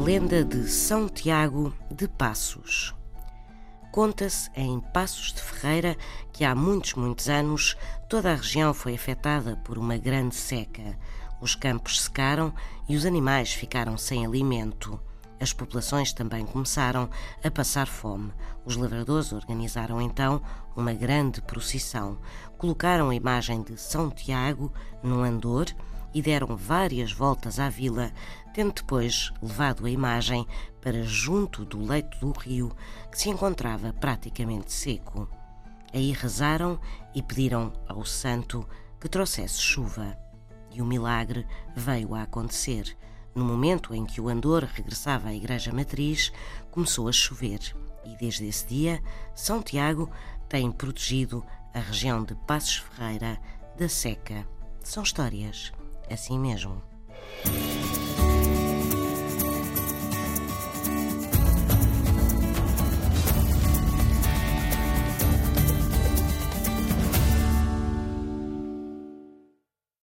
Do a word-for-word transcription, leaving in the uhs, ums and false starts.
lenda de São Tiago de Passos. Conta-se em Passos de Ferreira que há muitos, muitos anos toda a região foi afetada por uma grande seca. Os campos secaram e os animais ficaram sem alimento. As populações também começaram a passar fome. Os lavradores organizaram então uma grande procissão. Colocaram a imagem de São Tiago num andor e deram várias voltas à vila, tendo depois levado a imagem para junto do leito do rio, que se encontrava praticamente seco. Aí rezaram e pediram ao santo que trouxesse chuva. E o milagre veio a acontecer. No momento em que o andor regressava à igreja matriz, começou a chover. E desde esse dia, São Tiago tem protegido a região de Passos Ferreira da seca. São histórias assim mesmo.